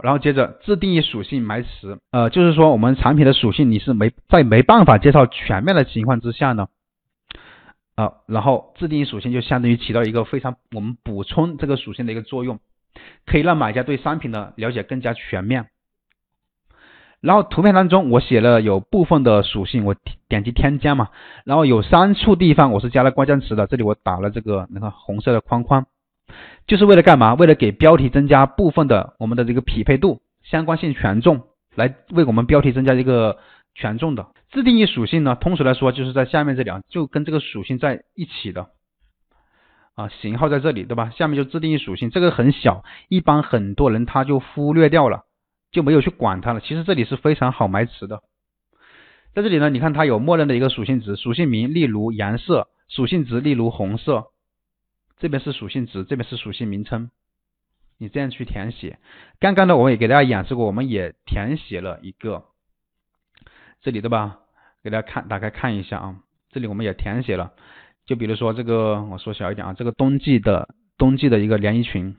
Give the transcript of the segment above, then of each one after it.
然后接着自定义属性埋词，就是说我们产品的属性你是没办法介绍全面的情况之下呢，然后自定义属性就相当于起到一个我们补充这个属性的一个作用，可以让买家对商品的了解更加全面。然后图片当中我写了有部分的属性，我点击添加嘛，然后有3处地方我是加了关键词的，这里我打了这个那个红色的框框，就是为了干嘛？为了给标题增加部分的我们的这个匹配度、相关性权重，来为我们标题增加一个权重的。自定义属性呢，通俗来说就是在下面这里就跟这个属性在一起的型号在这里，对吧？下面就自定义属性，这个很小，一般很多人他就忽略掉了，就没有去管它了。其实这里是非常好埋词的。在这里呢，你看它有默认的一个属性值，属性名例如颜色，属性值例如红色，这边是属性值，这边是属性名称，你这样去填写。刚刚呢我也给大家演示过，我们也填写了一个这里，对吧？给大家打开看一下啊，这里我们也填写了，就比如说这个我缩小一点这个冬季的一个连衣裙，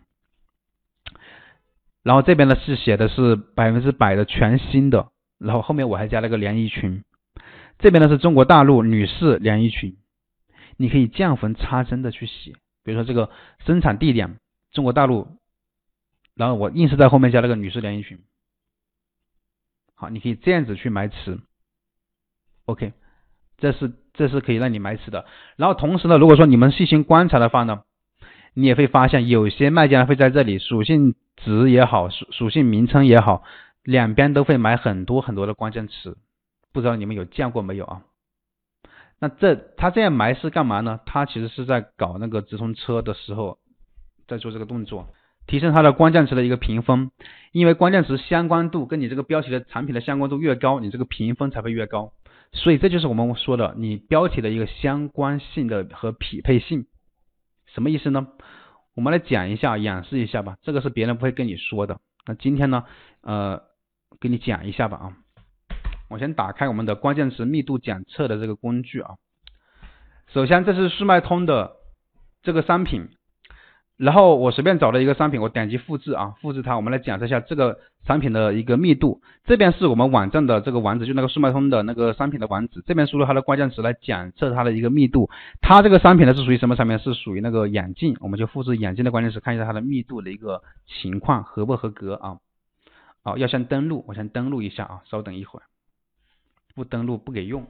然后这边呢是写的是100%的全新的，然后后面我还加了个连衣裙，这边呢是中国大陆女士连衣裙，你可以见缝插针的去写，比如说这个生产地点中国大陆，然后我硬是在后面加了个女士连衣裙。好，你可以这样子去埋词 OK， 这是可以让你埋词的。然后同时呢，如果说你们细心观察的话呢，你也会发现有些卖家会在这里属性值也好，属性名称也好，两边都会埋很多的关键词，不知道你们有见过没有啊？那他这样埋是干嘛呢？他其实是在搞那个直通车的时候在做这个动作，提升它的关键词的一个评分，因为关键词相关度跟你这个标题的产品的相关度越高，你这个评分才会越高。所以这就是我们说的你标题的一个相关性的和匹配性。什么意思呢？我们来讲一下，演示一下吧，这个是别人不会跟你说的。那今天呢给你讲一下吧啊。我先打开我们的关键词密度检测的这个工具啊。首先这是速卖通的这个商品，然后我随便找了一个商品，我点击复制复制它，我们来检测一下这个产品的一个密度。这边是我们网站的这个网址，就那个速卖通的那个商品的网址，这边输入它的关键词来检测它的一个密度。它这个商品呢是属于什么产品？是属于那个眼镜，我们就复制眼镜的关键词，看一下它的密度的一个情况合不合格啊。要先登录，我先登录一下稍等一会儿，不登录不给用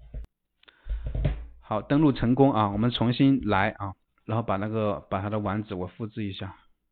好，登录成功我们重新来然后把它的网址我复制一下，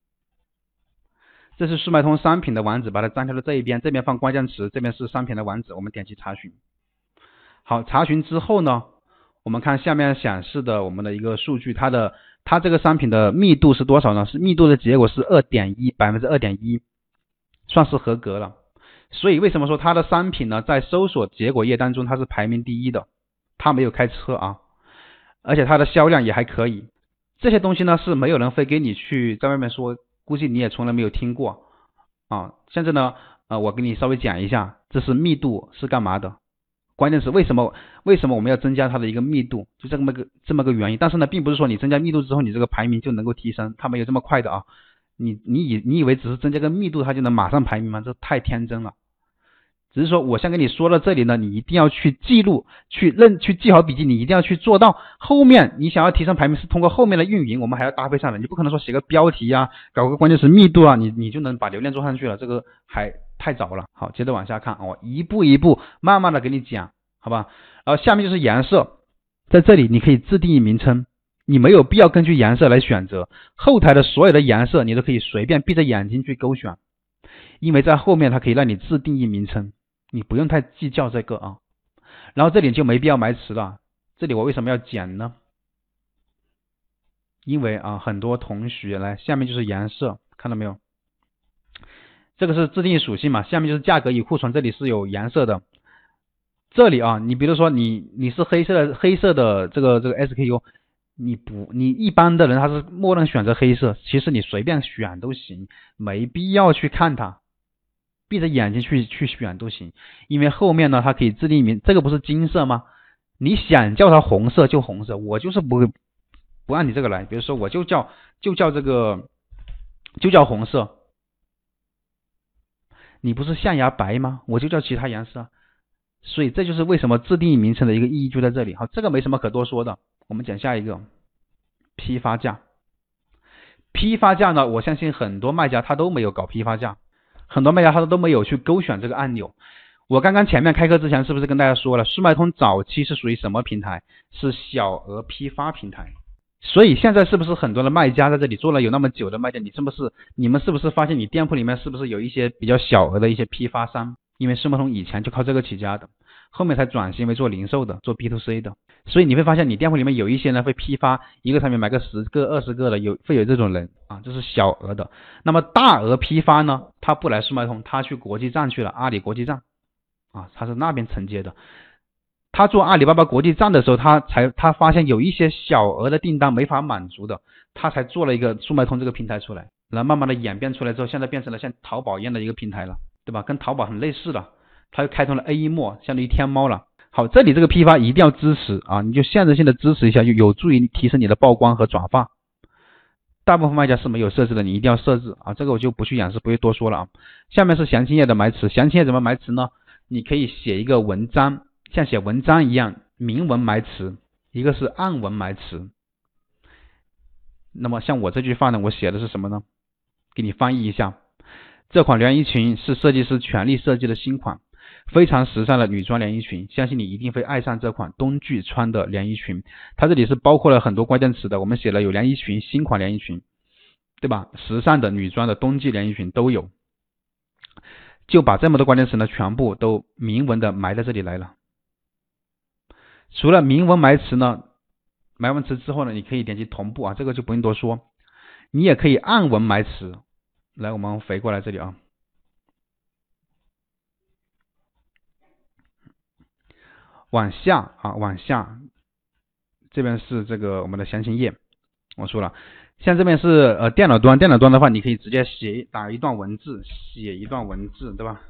这是速卖通商品的网址，把它粘贴到这一边，这边放关键词，这边是商品的网址，我们点击查询。好，查询之后呢，我们看下面显示的我们的一个数据，它这个商品的密度是多少呢？是密度的结果是 2.1%， 算是合格了。所以为什么说它的商品呢在搜索结果页当中它是排名第一的？它没有开车而且它的销量也还可以。这些东西呢是没有人会给你去在外面说，估计你也从来没有听过现在呢我给你稍微讲一下，这是密度是干嘛的，关键是为什么我们要增加它的一个密度，就这么个原因。但是呢并不是说你增加密度之后你这个排名就能够提升，它没有这么快的你以为只是增加个密度它就能马上排名吗？这太天真了。只是说我先跟你说到这里呢，你一定要去记录，去记好笔记，你一定要去做到。后面你想要提升排名是通过后面的运营，我们还要搭配上的，你不可能说写个标题搞个关键词密度你就能把流量做上去了，这个还太早了。好，接着往下看一步一步慢慢的给你讲，好吧？然后下面就是颜色，在这里你可以自定义名称，你没有必要根据颜色来选择，后台的所有的颜色你都可以随便闭着眼睛去勾选，因为在后面它可以让你自定义名称，你不用太计较这个然后这里就没必要埋词了。这里我为什么要剪呢？因为很多同学来，下面就是颜色，看到没有？这个是自定义属性嘛，下面就是价格与库存，这里是有颜色的。这里你比如说你是黑色的这个 SKU， 你一般的人他是默认选择黑色，其实你随便选都行，没必要去看它。闭着眼睛去选都行，因为后面呢它可以自定义名，这个不是金色吗？你想叫它红色就红色，我就是不按你这个来，比如说我就叫这个就叫红色， 你不是象牙白吗？我就叫其他颜色。所以这就是为什么自定义名称的一个意义就在这里。好，这个没什么可多说的，我们讲下一个，批发价。批发价呢，我相信很多卖家他都没有搞批发价，很多卖家他都没有去勾选这个按钮。我刚刚前面开课之前是不是跟大家说了，速卖通早期是属于什么平台？是小额批发平台。所以现在是不是很多的卖家在这里做了有那么久的卖家，你们是不是发现你店铺里面是不是有一些比较小额的一些批发商？因为速卖通以前就靠这个起家的，后面才转型为做零售的，做 B2C 的。所以你会发现你店铺里面有一些人会批发一个产品买个10个20个的，会有这种人啊，这是小额的。那么大额批发呢，他不来速卖通，他去国际站去了，阿里国际站啊，他是那边承接的。他做阿里巴巴国际站的时候，他发现有一些小额的订单没法满足的，他才做了一个速卖通这个平台出来，然后慢慢的演变出来之后，现在变成了像淘宝一样的一个平台了，对吧？跟淘宝很类似的，他又开通了 A1相当于天猫了。好，这里这个批发一定要支持啊，你就限制性的支持一下，有助于提升你的曝光和转发。大部分卖家是没有设置的，你一定要设置啊，这个我就不去演示，不会多说了啊。下面是详情页的埋词，详情页怎么埋词呢？你可以写一个文章，像写文章一样，明文埋词，一个是暗文埋词。那么像我这句话呢，我写的是什么呢？给你翻译一下，这款连衣裙是设计师全力设计的新款，非常时尚的女装连衣裙，相信你一定会爱上这款冬季穿的连衣裙。它这里是包括了很多关键词的，我们写了有连衣裙、新款连衣裙，对吧？时尚的、女装的、冬季连衣裙都有，就把这么多关键词呢全部都明文的埋在这里来了。除了明文埋词呢，埋完词之后呢，你可以点击同步啊，这个就不用多说。你也可以暗文埋词，来，我们回过来这里啊，往下，这边是这个我们的详情页。我说了，像这边是电脑端的话，你可以直接打一段文字，写一段文字，对吧？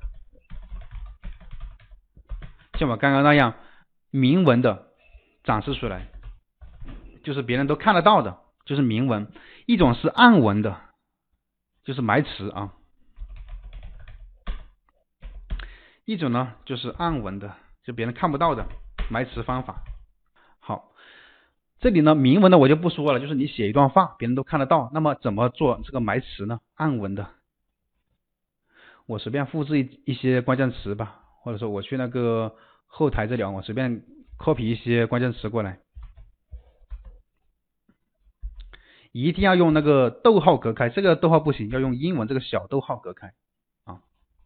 像我刚刚那样明文的展示出来，就是别人都看得到的，就是明文。一种是暗文的，就是埋词啊。一种呢就是暗文的，就别人看不到的埋词方法。好，这里呢明文的我就不说了，就是你写一段话，别人都看得到。那么怎么做这个埋词呢？暗文的，我随便复制一些关键词吧，或者说我去那个后台这里，我随便 copy 一些关键词过来，一定要用那个逗号隔开，这个逗号不行，要用英文这个小逗号隔开啊。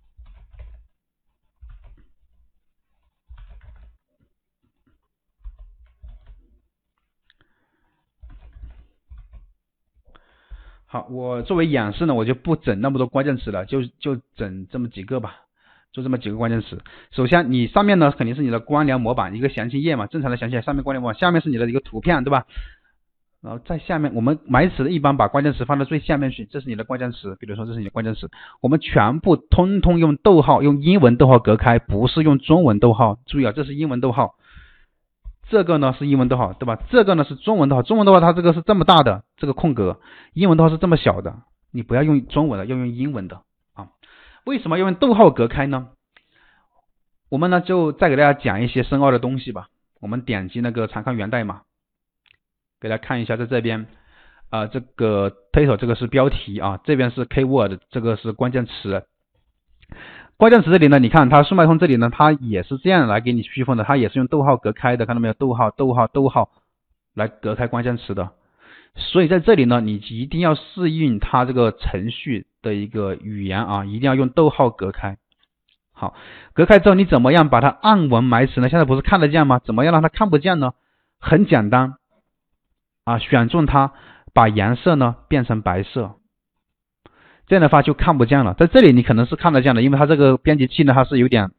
好，我作为演示呢，我就不整那么多关键词了，就整这么几个吧，就这么几个关键词。首先你上面呢肯定是你的官僚模板，一个详情页嘛，正常的详情页，上面官僚模板，下面是你的一个图片，对吧？然后在下面我们埋词的一般把关键词放到最下面去，这是你的关键词，比如说这是你的关键词，我们全部通通用逗号，用英文逗号隔开，不是用中文逗号。注意啊，这是英文逗号，这个呢是英文逗号，对吧？这个呢是中文逗号，中文逗号它这个是这么大的这个空格，英文逗号是这么小的，你不要用中文的，要用英文的啊。为什么要用逗号隔开呢？我们呢就再给大家讲一些深奥的东西吧。我们点击那个查看源代码，给大家看一下，在这边这个 title 这个是标题啊，这边是 keyword 这个是关键词。关键词这里呢，你看它速卖通这里呢，它也是这样来给你区分的，它也是用逗号隔开的，看到没有？逗号逗号逗号来隔开关键词的。所以在这里呢，你一定要适应它这个程序的一个语言啊，一定要用逗号隔开。好，隔开之后你怎么样把它暗文埋词呢？现在不是看得见吗？怎么样让它看不见呢？很简单啊，选中它，把颜色呢变成白色。这样的话就看不见了，在这里你可能是看得见的，因为它这个编辑器呢，它是有点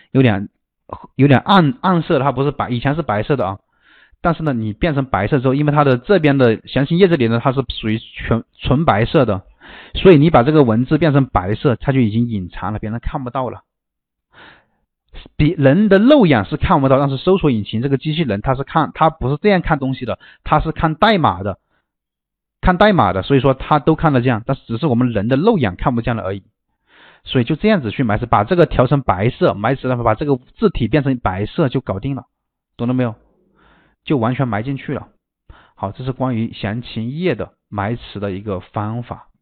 暗色的，它不是白，以前是白色的啊。但是呢，你变成白色之后，因为它的这边的详情页这里呢，它是属于纯白色的，所以你把这个文字变成白色，它就已经隐藏了，别人看不到了。比人的肉眼是看不到，但是搜索引擎这个机器人它不是这样看东西的，它是看代码的。所以说它都看得见，但是只是我们人的肉眼看不见了而已。 所以就这样子去埋词，把这个调成白色，埋词的话把这个字体变成白色就搞定了，懂了没有？就完全埋进去了。好，这是关于详情页的埋词的一个方法。